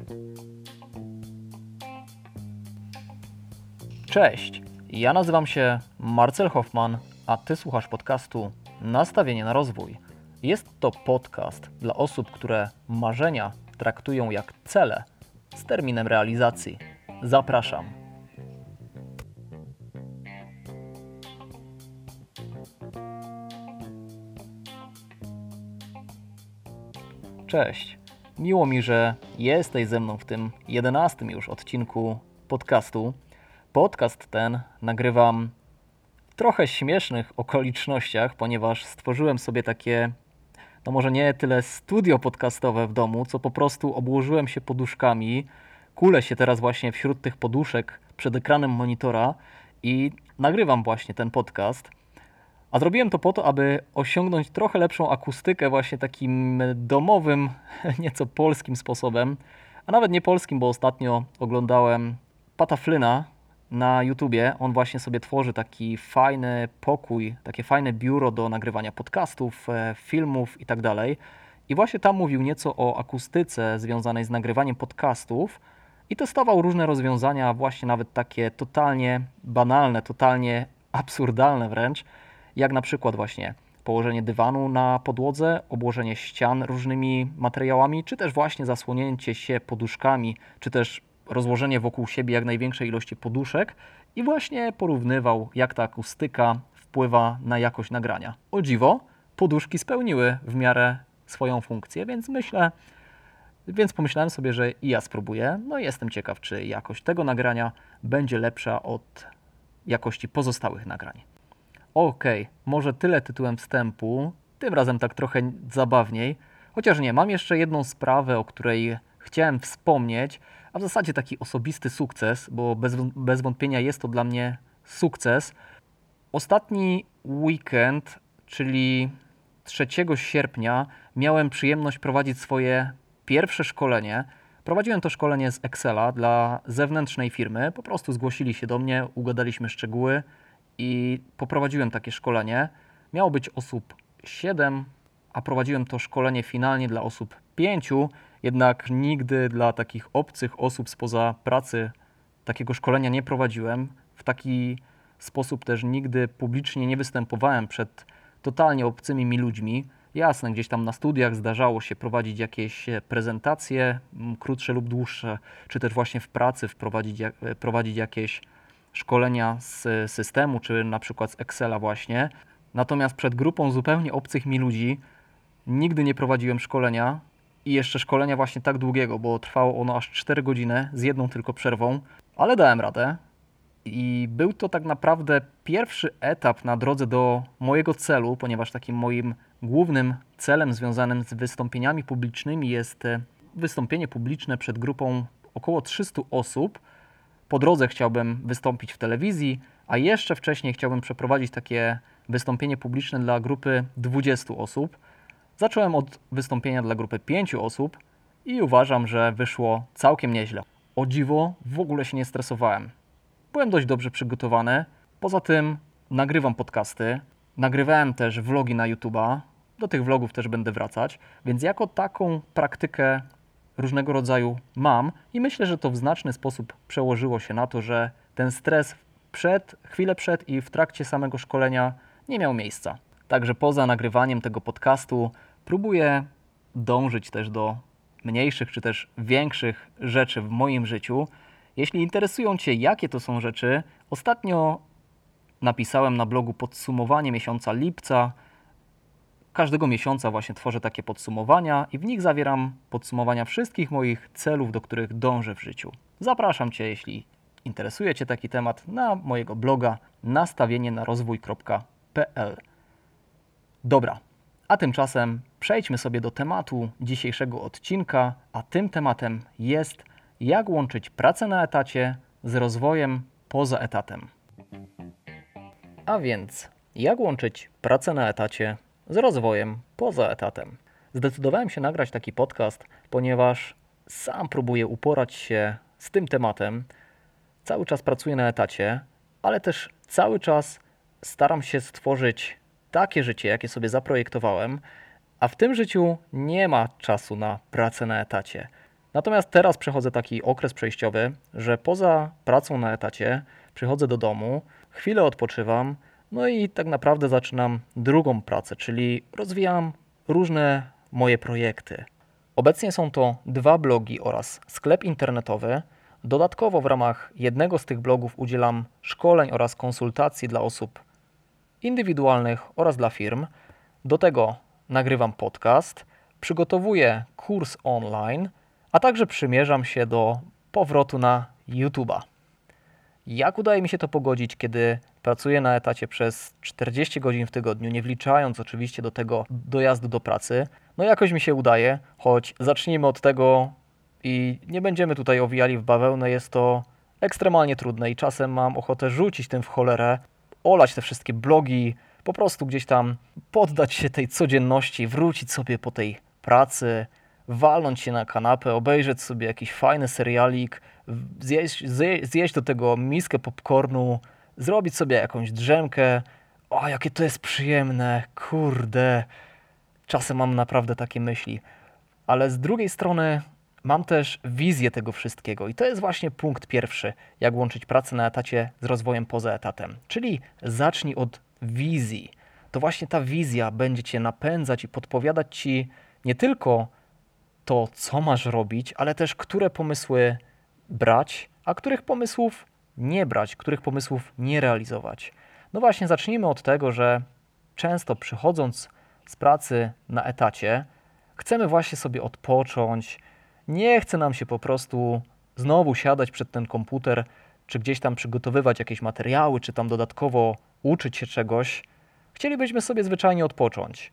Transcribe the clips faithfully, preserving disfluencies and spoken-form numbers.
Cześć, ja nazywam się Marcel Hoffman, a Ty słuchasz podcastu Nastawienie na rozwój. Jest to podcast dla osób, które marzenia traktują jak cele z terminem realizacji. Zapraszam. Cześć, miło mi, że jesteś ze mną w tym jedenastym już odcinku podcastu. Podcast ten nagrywam w trochę śmiesznych okolicznościach, ponieważ stworzyłem sobie takie, no może nie tyle studio podcastowe w domu, co po prostu obłożyłem się poduszkami, kulę się teraz właśnie wśród tych poduszek przed ekranem monitora i nagrywam właśnie ten podcast. A zrobiłem to po to, aby osiągnąć trochę lepszą akustykę właśnie takim domowym, nieco polskim sposobem, a nawet nie polskim, bo ostatnio oglądałem Pata Flyna na YouTubie. On właśnie sobie tworzy taki fajny pokój, takie fajne biuro do nagrywania podcastów, filmów i tak dalej. I właśnie tam mówił nieco o akustyce związanej z nagrywaniem podcastów i testował różne rozwiązania, właśnie nawet takie totalnie banalne, totalnie absurdalne wręcz, jak na przykład właśnie położenie dywanu na podłodze, obłożenie ścian różnymi materiałami, czy też właśnie zasłonięcie się poduszkami, czy też rozłożenie wokół siebie jak największej ilości poduszek i właśnie porównywał, jak ta akustyka wpływa na jakość nagrania. O dziwo, poduszki spełniły w miarę swoją funkcję, więc myślę, więc pomyślałem sobie, że i ja spróbuję. No i jestem ciekaw, czy jakość tego nagrania będzie lepsza od jakości pozostałych nagrań. Okej, okay, może tyle tytułem wstępu, tym razem tak trochę zabawniej, chociaż nie, mam jeszcze jedną sprawę, o której chciałem wspomnieć, a w zasadzie taki osobisty sukces, bo bez, bez wątpienia jest to dla mnie sukces. Ostatni weekend, czyli trzeciego sierpnia, miałem przyjemność prowadzić swoje pierwsze szkolenie. Prowadziłem to szkolenie z Excela dla zewnętrznej firmy, po prostu zgłosili się do mnie, ugadaliśmy szczegóły i poprowadziłem takie szkolenie. Miało być osób siedem, a prowadziłem to szkolenie finalnie dla osób pięciu, jednak nigdy dla takich obcych osób spoza pracy takiego szkolenia nie prowadziłem. W taki sposób też nigdy publicznie nie występowałem przed totalnie obcymi mi ludźmi. Jasne, gdzieś tam na studiach zdarzało się prowadzić jakieś prezentacje, krótsze lub dłuższe, czy też właśnie w pracy wprowadzić, prowadzić jakieś szkolenia z systemu, czy na przykład z Excela właśnie. Natomiast przed grupą zupełnie obcych mi ludzi nigdy nie prowadziłem szkolenia i jeszcze szkolenia właśnie tak długiego, bo trwało ono aż cztery godziny z jedną tylko przerwą, ale dałem radę i był to tak naprawdę pierwszy etap na drodze do mojego celu, ponieważ takim moim głównym celem związanym z wystąpieniami publicznymi jest wystąpienie publiczne przed grupą około trzystu osób. Po drodze chciałbym wystąpić w telewizji, a jeszcze wcześniej chciałbym przeprowadzić takie wystąpienie publiczne dla grupy dwudziestu osób. Zacząłem od wystąpienia dla grupy pięciu osób i uważam, że wyszło całkiem nieźle. O dziwo, w ogóle się nie stresowałem. Byłem dość dobrze przygotowany. Poza tym nagrywam podcasty, nagrywałem też vlogi na YouTube'a. Do tych vlogów też będę wracać, więc jako taką praktykę różnego rodzaju mam i myślę, że to w znaczny sposób przełożyło się na to, że ten stres przed, chwilę przed i w trakcie samego szkolenia nie miał miejsca. Także poza nagrywaniem tego podcastu próbuję dążyć też do mniejszych czy też większych rzeczy w moim życiu. Jeśli interesują Cię, jakie to są rzeczy, ostatnio napisałem na blogu podsumowanie miesiąca lipca. Każdego miesiąca właśnie tworzę takie podsumowania i w nich zawieram podsumowania wszystkich moich celów, do których dążę w życiu. Zapraszam Cię, jeśli interesuje Cię taki temat, na mojego bloga nastawienie na rozwój kropka p l. Dobra, a tymczasem przejdźmy sobie do tematu dzisiejszego odcinka, a tym tematem jest, jak łączyć pracę na etacie z rozwojem poza etatem. A więc, jak łączyć pracę na etacie z rozwojem poza etatem? Zdecydowałem się nagrać taki podcast, ponieważ sam próbuję uporać się z tym tematem. Cały czas pracuję na etacie, ale też cały czas staram się stworzyć takie życie, jakie sobie zaprojektowałem, a w tym życiu nie ma czasu na pracę na etacie. Natomiast teraz przechodzę taki okres przejściowy, że poza pracą na etacie przychodzę do domu, chwilę odpoczywam, no i tak naprawdę zaczynam drugą pracę, czyli rozwijam różne moje projekty. Obecnie są to dwa blogi oraz sklep internetowy. Dodatkowo w ramach jednego z tych blogów udzielam szkoleń oraz konsultacji dla osób indywidualnych oraz dla firm. Do tego nagrywam podcast, przygotowuję kurs online, a także przymierzam się do powrotu na YouTube'a. Jak udaje mi się to pogodzić, kiedy pracuję na etacie przez czterdzieści godzin w tygodniu, nie wliczając oczywiście do tego dojazdu do pracy? No jakoś mi się udaje, choć zacznijmy od tego i nie będziemy tutaj owijali w bawełnę, jest to ekstremalnie trudne i czasem mam ochotę rzucić tym w cholerę, olać te wszystkie blogi, po prostu gdzieś tam poddać się tej codzienności, wrócić sobie po tej pracy, walnąć się na kanapę, obejrzeć sobie jakiś fajny serialik, zjeść, zjeść do tego miskę popcornu, zrobić sobie jakąś drzemkę. O, jakie to jest przyjemne, kurde. Czasem mam naprawdę takie myśli. Ale z drugiej strony mam też wizję tego wszystkiego i to jest właśnie punkt pierwszy, jak łączyć pracę na etacie z rozwojem poza etatem. Czyli zacznij od wizji. To właśnie ta wizja będzie Cię napędzać i podpowiadać Ci nie tylko to, co masz robić, ale też które pomysły brać, a których pomysłów nie brać, których pomysłów nie realizować. No właśnie, zacznijmy od tego, że często przychodząc z pracy na etacie, chcemy właśnie sobie odpocząć, nie chce nam się po prostu znowu siadać przed ten komputer, czy gdzieś tam przygotowywać jakieś materiały, czy tam dodatkowo uczyć się czegoś. Chcielibyśmy sobie zwyczajnie odpocząć.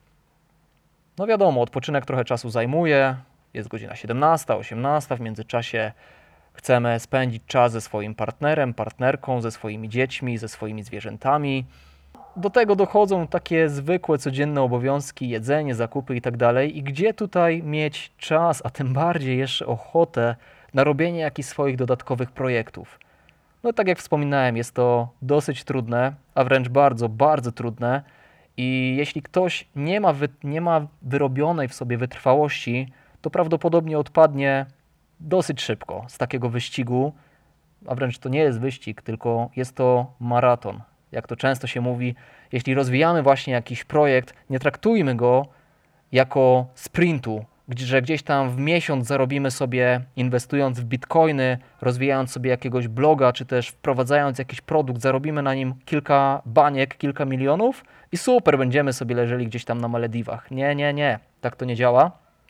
No wiadomo, odpoczynek trochę czasu zajmuje, jest godzina siedemnasta, osiemnasta, w międzyczasie chcemy spędzić czas ze swoim partnerem, partnerką, ze swoimi dziećmi, ze swoimi zwierzętami. Do tego dochodzą takie zwykłe, codzienne obowiązki, jedzenie, zakupy i tak dalej. I gdzie tutaj mieć czas, a tym bardziej jeszcze ochotę na robienie jakichś swoich dodatkowych projektów? No tak jak wspominałem, jest to dosyć trudne, a wręcz bardzo, bardzo trudne. I jeśli ktoś nie ma, wy, nie ma wyrobionej w sobie wytrwałości, to prawdopodobnie odpadnie dosyć szybko z takiego wyścigu, a wręcz to nie jest wyścig, tylko jest to maraton. Jak to często się mówi, jeśli rozwijamy właśnie jakiś projekt, nie traktujmy go jako sprintu, że gdzieś tam w miesiąc zarobimy sobie, inwestując w bitcoiny, rozwijając sobie jakiegoś bloga, czy też wprowadzając jakiś produkt, zarobimy na nim kilka baniek, kilka milionów i super, będziemy sobie leżeli gdzieś tam na Malediwach. Nie, nie, nie, tak to nie działa.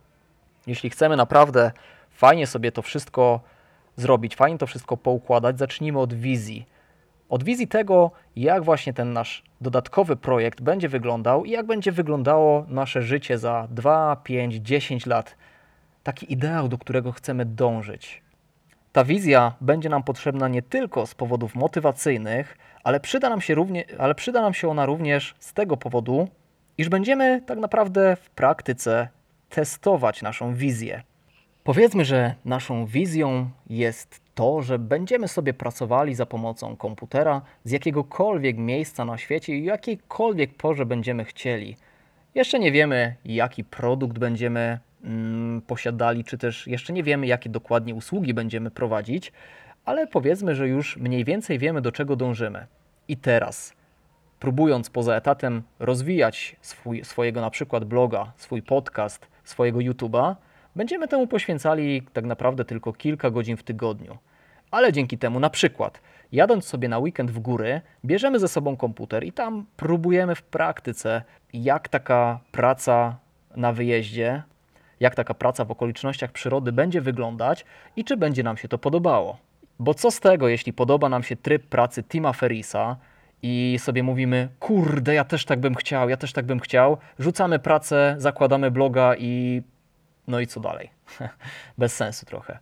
Jeśli chcemy naprawdę fajnie sobie to wszystko zrobić, fajnie to wszystko poukładać, zacznijmy od wizji. Od wizji tego, jak właśnie ten nasz dodatkowy projekt będzie wyglądał i jak będzie wyglądało nasze życie za dwa, pięć, dziesięć lat. Taki ideał, do którego chcemy dążyć. Ta wizja będzie nam potrzebna nie tylko z powodów motywacyjnych, ale przyda nam się, równie, ale przyda nam się ona również z tego powodu, iż będziemy tak naprawdę w praktyce testować naszą wizję. Powiedzmy, że naszą wizją jest to, że będziemy sobie pracowali za pomocą komputera z jakiegokolwiek miejsca na świecie i jakiejkolwiek porze będziemy chcieli. Jeszcze nie wiemy, jaki produkt będziemy mm, posiadali, czy też jeszcze nie wiemy, jakie dokładnie usługi będziemy prowadzić, ale powiedzmy, że już mniej więcej wiemy, do czego dążymy. I teraz, próbując poza etatem rozwijać swój, swojego na przykład bloga, swój podcast, swojego YouTube'a, będziemy temu poświęcali tak naprawdę tylko kilka godzin w tygodniu. Ale dzięki temu na przykład jadąc sobie na weekend w góry, bierzemy ze sobą komputer i tam próbujemy w praktyce, jak taka praca na wyjeździe, jak taka praca w okolicznościach przyrody będzie wyglądać i czy będzie nam się to podobało. Bo co z tego, jeśli podoba nam się tryb pracy Tima Ferrissa i sobie mówimy, kurde, ja też tak bym chciał, ja też tak bym chciał, rzucamy pracę, zakładamy bloga i no i co dalej? Bez sensu trochę.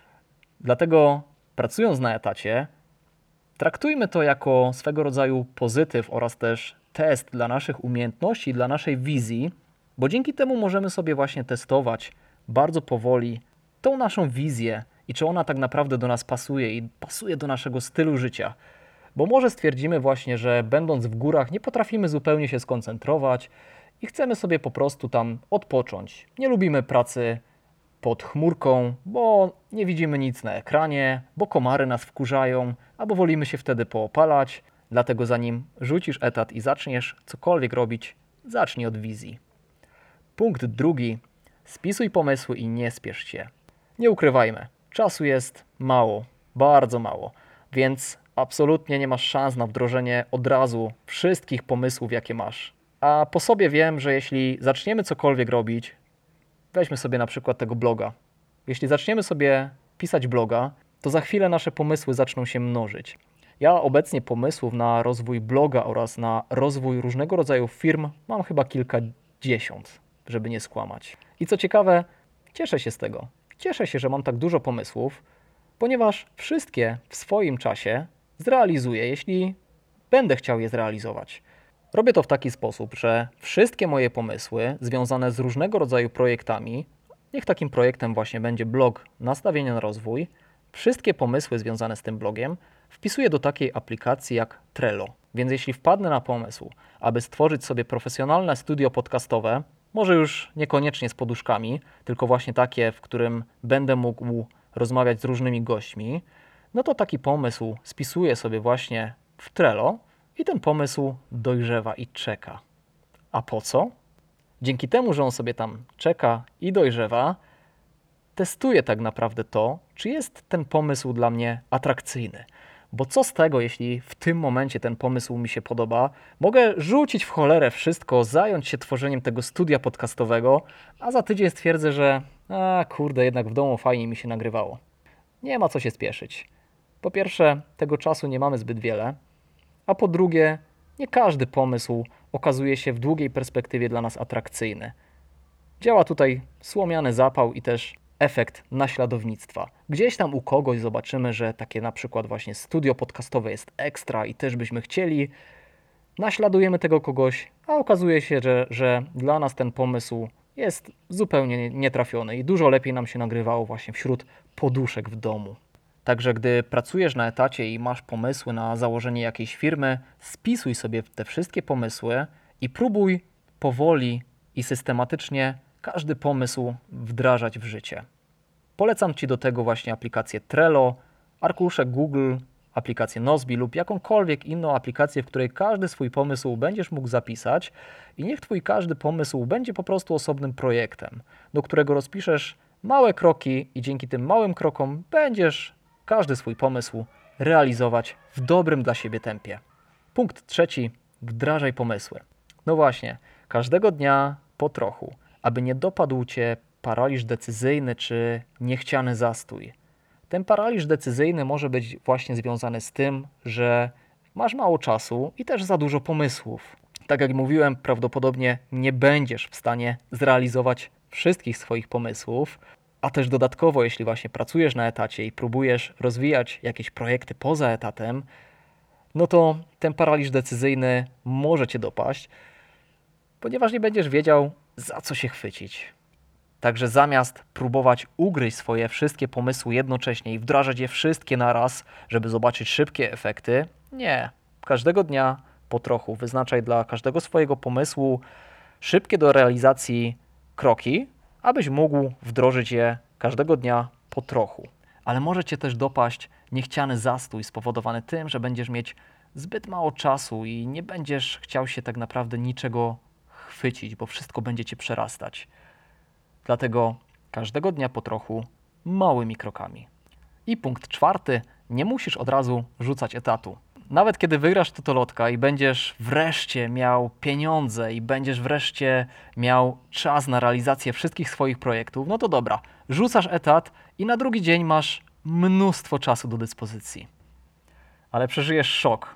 Dlatego pracując na etacie, traktujmy to jako swego rodzaju pozytyw oraz też test dla naszych umiejętności, dla naszej wizji, bo dzięki temu możemy sobie właśnie testować bardzo powoli tą naszą wizję i czy ona tak naprawdę do nas pasuje i pasuje do naszego stylu życia. Bo może stwierdzimy właśnie, że będąc w górach nie potrafimy zupełnie się skoncentrować i chcemy sobie po prostu tam odpocząć. Nie lubimy pracy pod chmurką, bo nie widzimy nic na ekranie, bo komary nas wkurzają, albo wolimy się wtedy poopalać. Dlatego zanim rzucisz etat i zaczniesz cokolwiek robić, zacznij od wizji. Punkt drugi. Spisuj pomysły i nie spiesz się. Nie ukrywajmy, czasu jest mało, bardzo mało, więc absolutnie nie masz szans na wdrożenie od razu wszystkich pomysłów, jakie masz. A po sobie wiem, że jeśli zaczniemy cokolwiek robić, weźmy sobie na przykład tego bloga. Jeśli zaczniemy sobie pisać bloga, to za chwilę nasze pomysły zaczną się mnożyć. Ja obecnie pomysłów na rozwój bloga oraz na rozwój różnego rodzaju firm mam chyba kilkadziesiąt, żeby nie skłamać. I co ciekawe, cieszę się z tego. Cieszę się, że mam tak dużo pomysłów, ponieważ wszystkie w swoim czasie zrealizuję, jeśli będę chciał je zrealizować. Robię to w taki sposób, że wszystkie moje pomysły związane z różnego rodzaju projektami, niech takim projektem właśnie będzie blog Nastawienie na rozwój, wszystkie pomysły związane z tym blogiem wpisuję do takiej aplikacji jak Trello. Więc jeśli wpadnę na pomysł, aby stworzyć sobie profesjonalne studio podcastowe, może już niekoniecznie z poduszkami, tylko właśnie takie, w którym będę mógł rozmawiać z różnymi gośćmi, no to taki pomysł spisuję sobie właśnie w Trello i ten pomysł dojrzewa i czeka. A po co? Dzięki temu, że on sobie tam czeka i dojrzewa, testuję tak naprawdę to, czy jest ten pomysł dla mnie atrakcyjny. Bo co z tego, jeśli w tym momencie ten pomysł mi się podoba, mogę rzucić w cholerę wszystko, zająć się tworzeniem tego studia podcastowego, a za tydzień stwierdzę, że a kurde, jednak w domu fajnie mi się nagrywało. Nie ma co się spieszyć. Po pierwsze, tego czasu nie mamy zbyt wiele, a po drugie, nie każdy pomysł okazuje się w długiej perspektywie dla nas atrakcyjny. Działa tutaj słomiany zapał i też efekt naśladownictwa. Gdzieś tam u kogoś zobaczymy, że takie na przykład właśnie studio podcastowe jest ekstra i też byśmy chcieli. Naśladujemy tego kogoś, a okazuje się, że, że dla nas ten pomysł jest zupełnie nietrafiony i dużo lepiej nam się nagrywało właśnie wśród poduszek w domu. Także gdy pracujesz na etacie i masz pomysły na założenie jakiejś firmy, spisuj sobie te wszystkie pomysły i próbuj powoli i systematycznie każdy pomysł wdrażać w życie. Polecam Ci do tego właśnie aplikację Trello, arkusze Google, aplikację Nozbi lub jakąkolwiek inną aplikację, w której każdy swój pomysł będziesz mógł zapisać i niech Twój każdy pomysł będzie po prostu osobnym projektem, do którego rozpiszesz małe kroki i dzięki tym małym krokom będziesz każdy swój pomysł realizować w dobrym dla siebie tempie. Punkt trzeci. Wdrażaj pomysły. No właśnie, każdego dnia po trochu, aby nie dopadł Cię paraliż decyzyjny czy niechciany zastój. Ten paraliż decyzyjny może być właśnie związany z tym, że masz mało czasu i też za dużo pomysłów. Tak jak mówiłem, prawdopodobnie nie będziesz w stanie zrealizować wszystkich swoich pomysłów, a też dodatkowo, jeśli właśnie pracujesz na etacie i próbujesz rozwijać jakieś projekty poza etatem, no to ten paraliż decyzyjny może Cię dopaść, ponieważ nie będziesz wiedział, za co się chwycić. Także zamiast próbować ugryźć swoje wszystkie pomysły jednocześnie i wdrażać je wszystkie naraz, żeby zobaczyć szybkie efekty, nie. Każdego dnia po trochu wyznaczaj dla każdego swojego pomysłu szybkie do realizacji kroki, abyś mógł wdrożyć je każdego dnia po trochu. Ale może Cię też dopaść niechciany zastój spowodowany tym, że będziesz mieć zbyt mało czasu i nie będziesz chciał się tak naprawdę niczego chwycić, bo wszystko będzie Cię przerastać. Dlatego każdego dnia po trochu, małymi krokami. I punkt czwarty, nie musisz od razu rzucać etatu. Nawet kiedy wygrasz totolotka i będziesz wreszcie miał pieniądze i będziesz wreszcie miał czas na realizację wszystkich swoich projektów, no to dobra, rzucasz etat i na drugi dzień masz mnóstwo czasu do dyspozycji. Ale przeżyjesz szok,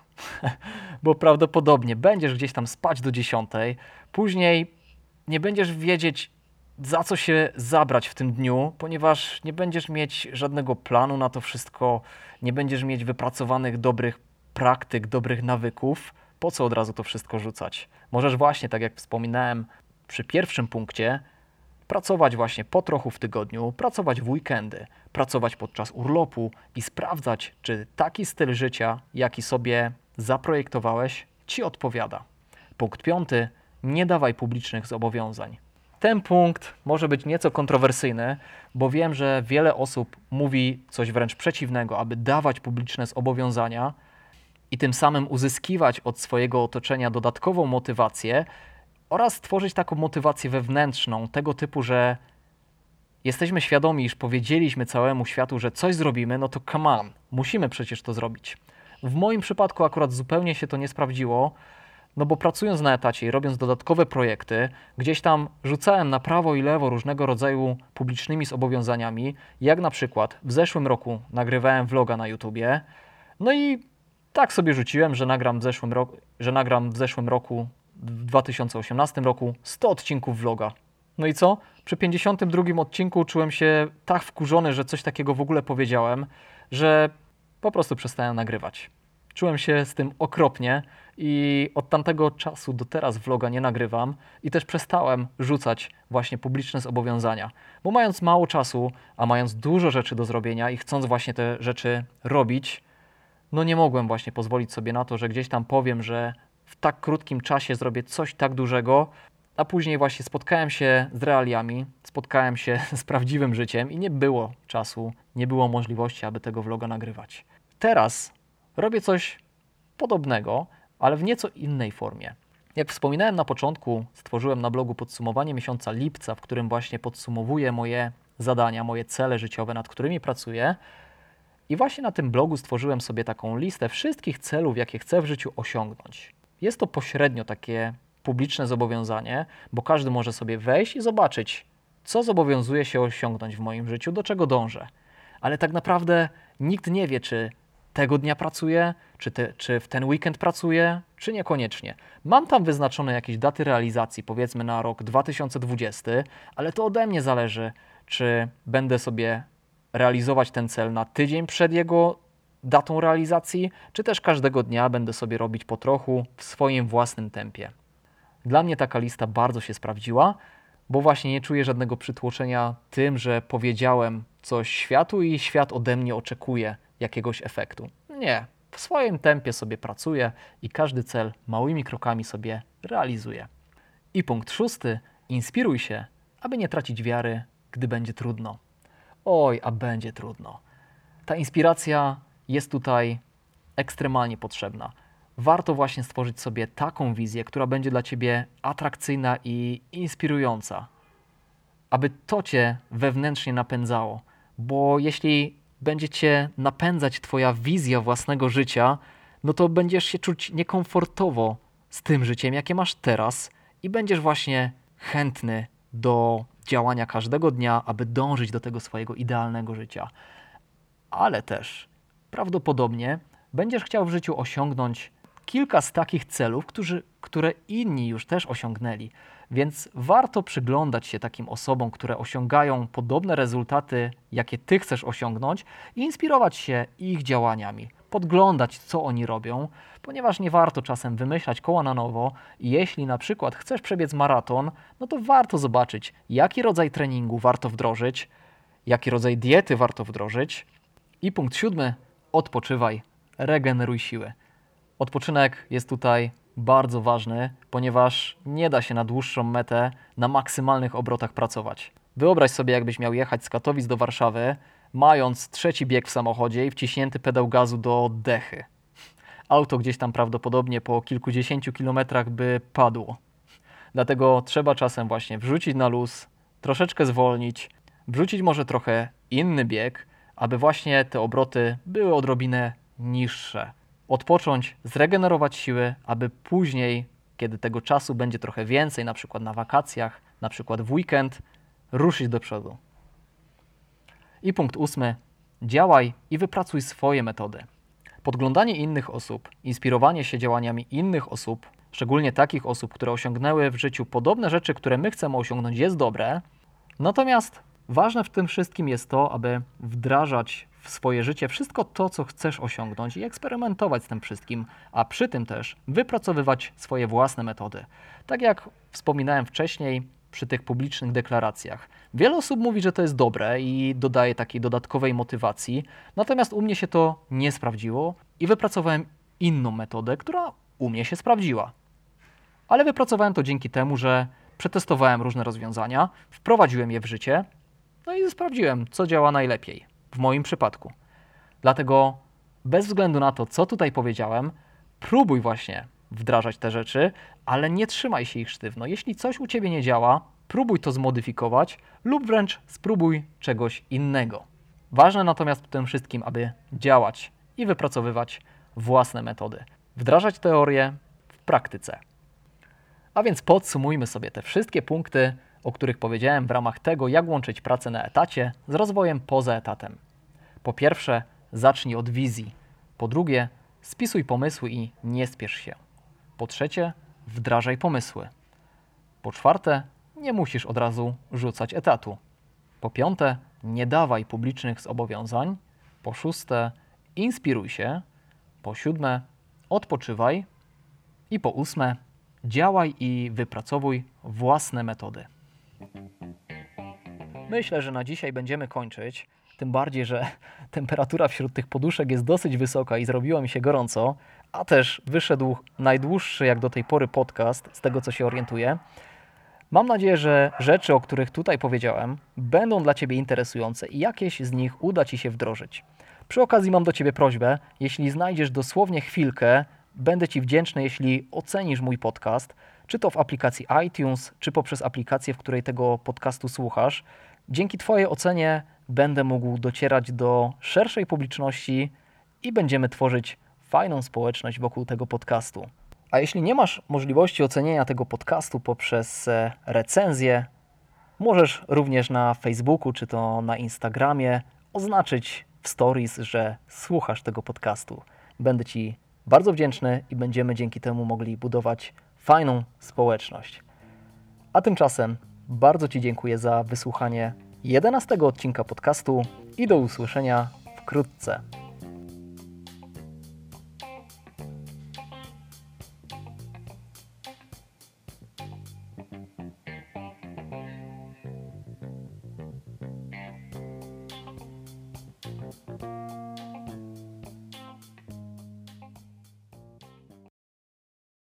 bo prawdopodobnie będziesz gdzieś tam spać do dziesiątej, później nie będziesz wiedzieć, za co się zabrać w tym dniu, ponieważ nie będziesz mieć żadnego planu na to wszystko, nie będziesz mieć wypracowanych dobrych praktyk, dobrych nawyków. Po co od razu to wszystko rzucać? Możesz właśnie, tak jak wspominałem przy pierwszym punkcie, pracować właśnie po trochu w tygodniu, pracować w weekendy, pracować podczas urlopu i sprawdzać, czy taki styl życia, jaki sobie zaprojektowałeś, Ci odpowiada. Punkt piąty. Nie dawaj publicznych zobowiązań. ten punkt może być nieco kontrowersyjny, bo wiem, że wiele osób mówi coś wręcz przeciwnego, aby dawać publiczne zobowiązania i tym samym uzyskiwać od swojego otoczenia dodatkową motywację oraz stworzyć taką motywację wewnętrzną, tego typu, że jesteśmy świadomi, iż powiedzieliśmy całemu światu, że coś zrobimy, no to come on, musimy przecież to zrobić. W moim przypadku akurat zupełnie się to nie sprawdziło, no bo pracując na etacie i robiąc dodatkowe projekty, gdzieś tam rzucałem na prawo i lewo różnego rodzaju publicznymi zobowiązaniami, jak na przykład w zeszłym roku nagrywałem vloga na YouTubie, no i tak sobie rzuciłem, że nagram w zeszłym roku, że nagram w zeszłym roku, w dwa tysiące osiemnastym roku sto odcinków vloga. No i co? Przy pięćdziesiątym drugim odcinku czułem się tak wkurzony, że coś takiego w ogóle powiedziałem, że po prostu przestałem nagrywać. Czułem się z tym okropnie i od tamtego czasu do teraz vloga nie nagrywam i też przestałem rzucać właśnie publiczne zobowiązania. Bo mając mało czasu, a mając dużo rzeczy do zrobienia i chcąc właśnie te rzeczy robić, no nie mogłem właśnie pozwolić sobie na to, że gdzieś tam powiem, że w tak krótkim czasie zrobię coś tak dużego, a później właśnie spotkałem się z realiami, spotkałem się z prawdziwym życiem i nie było czasu, nie było możliwości, aby tego vloga nagrywać. Teraz robię coś podobnego, ale w nieco innej formie. Jak wspominałem na początku, stworzyłem na blogu podsumowanie miesiąca lipca, w którym właśnie podsumowuję moje zadania, moje cele życiowe, nad którymi pracuję. I właśnie na tym blogu stworzyłem sobie taką listę wszystkich celów, jakie chcę w życiu osiągnąć. Jest to pośrednio takie publiczne zobowiązanie, bo każdy może sobie wejść i zobaczyć, co zobowiązuje się osiągnąć w moim życiu, do czego dążę. Ale tak naprawdę nikt nie wie, czy tego dnia pracuję, czy, te, czy w ten weekend pracuję, czy niekoniecznie. Mam tam wyznaczone jakieś daty realizacji, powiedzmy na rok dwa tysiące dwudziesty, ale to ode mnie zależy, czy będę sobie realizować ten cel na tydzień przed jego datą realizacji, czy też każdego dnia będę sobie robić po trochu w swoim własnym tempie. Dla mnie taka lista bardzo się sprawdziła, bo właśnie nie czuję żadnego przytłoczenia tym, że powiedziałem coś światu i świat ode mnie oczekuje jakiegoś efektu. Nie, w swoim tempie sobie pracuję i każdy cel małymi krokami sobie realizuję. I punkt szósty. Inspiruj się, aby nie tracić wiary, gdy będzie trudno. Oj, a będzie trudno. Ta inspiracja jest tutaj ekstremalnie potrzebna. Warto właśnie stworzyć sobie taką wizję, która będzie dla Ciebie atrakcyjna i inspirująca, aby to Cię wewnętrznie napędzało, bo jeśli będzie Cię napędzać Twoja wizja własnego życia, no to będziesz się czuć niekomfortowo z tym życiem, jakie masz teraz i będziesz właśnie chętny do działania każdego dnia, aby dążyć do tego swojego idealnego życia. Ale też prawdopodobnie będziesz chciał w życiu osiągnąć kilka z takich celów, którzy, które inni już też osiągnęli. Więc warto przyglądać się takim osobom, które osiągają podobne rezultaty, jakie Ty chcesz osiągnąć i inspirować się ich działaniami. Podglądać, co oni robią, ponieważ nie warto czasem wymyślać koła na nowo i jeśli na przykład chcesz przebiec maraton, no to warto zobaczyć, jaki rodzaj treningu warto wdrożyć, jaki rodzaj diety warto wdrożyć. I punkt siódmy, odpoczywaj, regeneruj siły. Odpoczynek jest tutaj bardzo ważny, ponieważ nie da się na dłuższą metę na maksymalnych obrotach pracować. Wyobraź sobie, jakbyś miał jechać z Katowic do Warszawy, mając trzeci bieg w samochodzie i wciśnięty pedał gazu do dechy. Auto gdzieś tam prawdopodobnie po kilkudziesięciu kilometrach by padło. Dlatego trzeba czasem właśnie wrzucić na luz, troszeczkę zwolnić, wrzucić może trochę inny bieg, aby właśnie te obroty były odrobinę niższe. Odpocząć, zregenerować siły, aby później, kiedy tego czasu będzie trochę więcej, na przykład na wakacjach, na przykład w weekend, ruszyć do przodu. I punkt ósmy. Działaj i wypracuj swoje metody. Podglądanie innych osób, inspirowanie się działaniami innych osób, szczególnie takich osób, które osiągnęły w życiu podobne rzeczy, które my chcemy osiągnąć, jest dobre. Natomiast ważne w tym wszystkim jest to, aby wdrażać w swoje życie wszystko to, co chcesz osiągnąć i eksperymentować z tym wszystkim, a przy tym też wypracowywać swoje własne metody. Tak jak wspominałem wcześniej przy tych publicznych deklaracjach. Wiele osób mówi, że to jest dobre i dodaje takiej dodatkowej motywacji, natomiast u mnie się to nie sprawdziło i wypracowałem inną metodę, która u mnie się sprawdziła. Ale wypracowałem to dzięki temu, że przetestowałem różne rozwiązania, wprowadziłem je w życie, no i sprawdziłem, co działa najlepiej w moim przypadku. Dlatego bez względu na to, co tutaj powiedziałem, próbuj właśnie wdrażać te rzeczy, ale nie trzymaj się ich sztywno. Jeśli coś u Ciebie nie działa, próbuj to zmodyfikować lub wręcz spróbuj czegoś innego. Ważne natomiast w tym wszystkim, aby działać i wypracowywać własne metody. Wdrażać teorię w praktyce. A więc podsumujmy sobie te wszystkie punkty, o których powiedziałem w ramach tego, jak łączyć pracę na etacie z rozwojem poza etatem. Po pierwsze, zacznij od wizji. Po drugie, spisuj pomysły i nie spiesz się. Po trzecie, wdrażaj pomysły. Po czwarte, nie musisz od razu rzucać etatu. Po piąte, nie dawaj publicznych zobowiązań. Po szóste, inspiruj się. Po siódme, odpoczywaj. I po ósme, działaj i wypracowuj własne metody. Myślę, że na dzisiaj będziemy kończyć. Tym bardziej, że temperatura wśród tych poduszek jest dosyć wysoka i zrobiło mi się gorąco, a też wyszedł najdłuższy jak do tej pory podcast, z tego co się orientuję. Mam nadzieję, że rzeczy, o których tutaj powiedziałem, będą dla Ciebie interesujące i jakieś z nich uda Ci się wdrożyć. Przy okazji mam do Ciebie prośbę, jeśli znajdziesz dosłownie chwilkę, będę Ci wdzięczny, jeśli ocenisz mój podcast, czy to w aplikacji iTunes, czy poprzez aplikację, w której tego podcastu słuchasz. Dzięki Twojej ocenie będę mógł docierać do szerszej publiczności i będziemy tworzyć fajną społeczność wokół tego podcastu. A jeśli nie masz możliwości ocenienia tego podcastu poprzez recenzję, możesz również na Facebooku czy to na Instagramie oznaczyć w stories, że słuchasz tego podcastu. Będę Ci bardzo wdzięczny i będziemy dzięki temu mogli budować fajną społeczność. A tymczasem bardzo Ci dziękuję za wysłuchanie jedenastego odcinka podcastu i do usłyszenia wkrótce.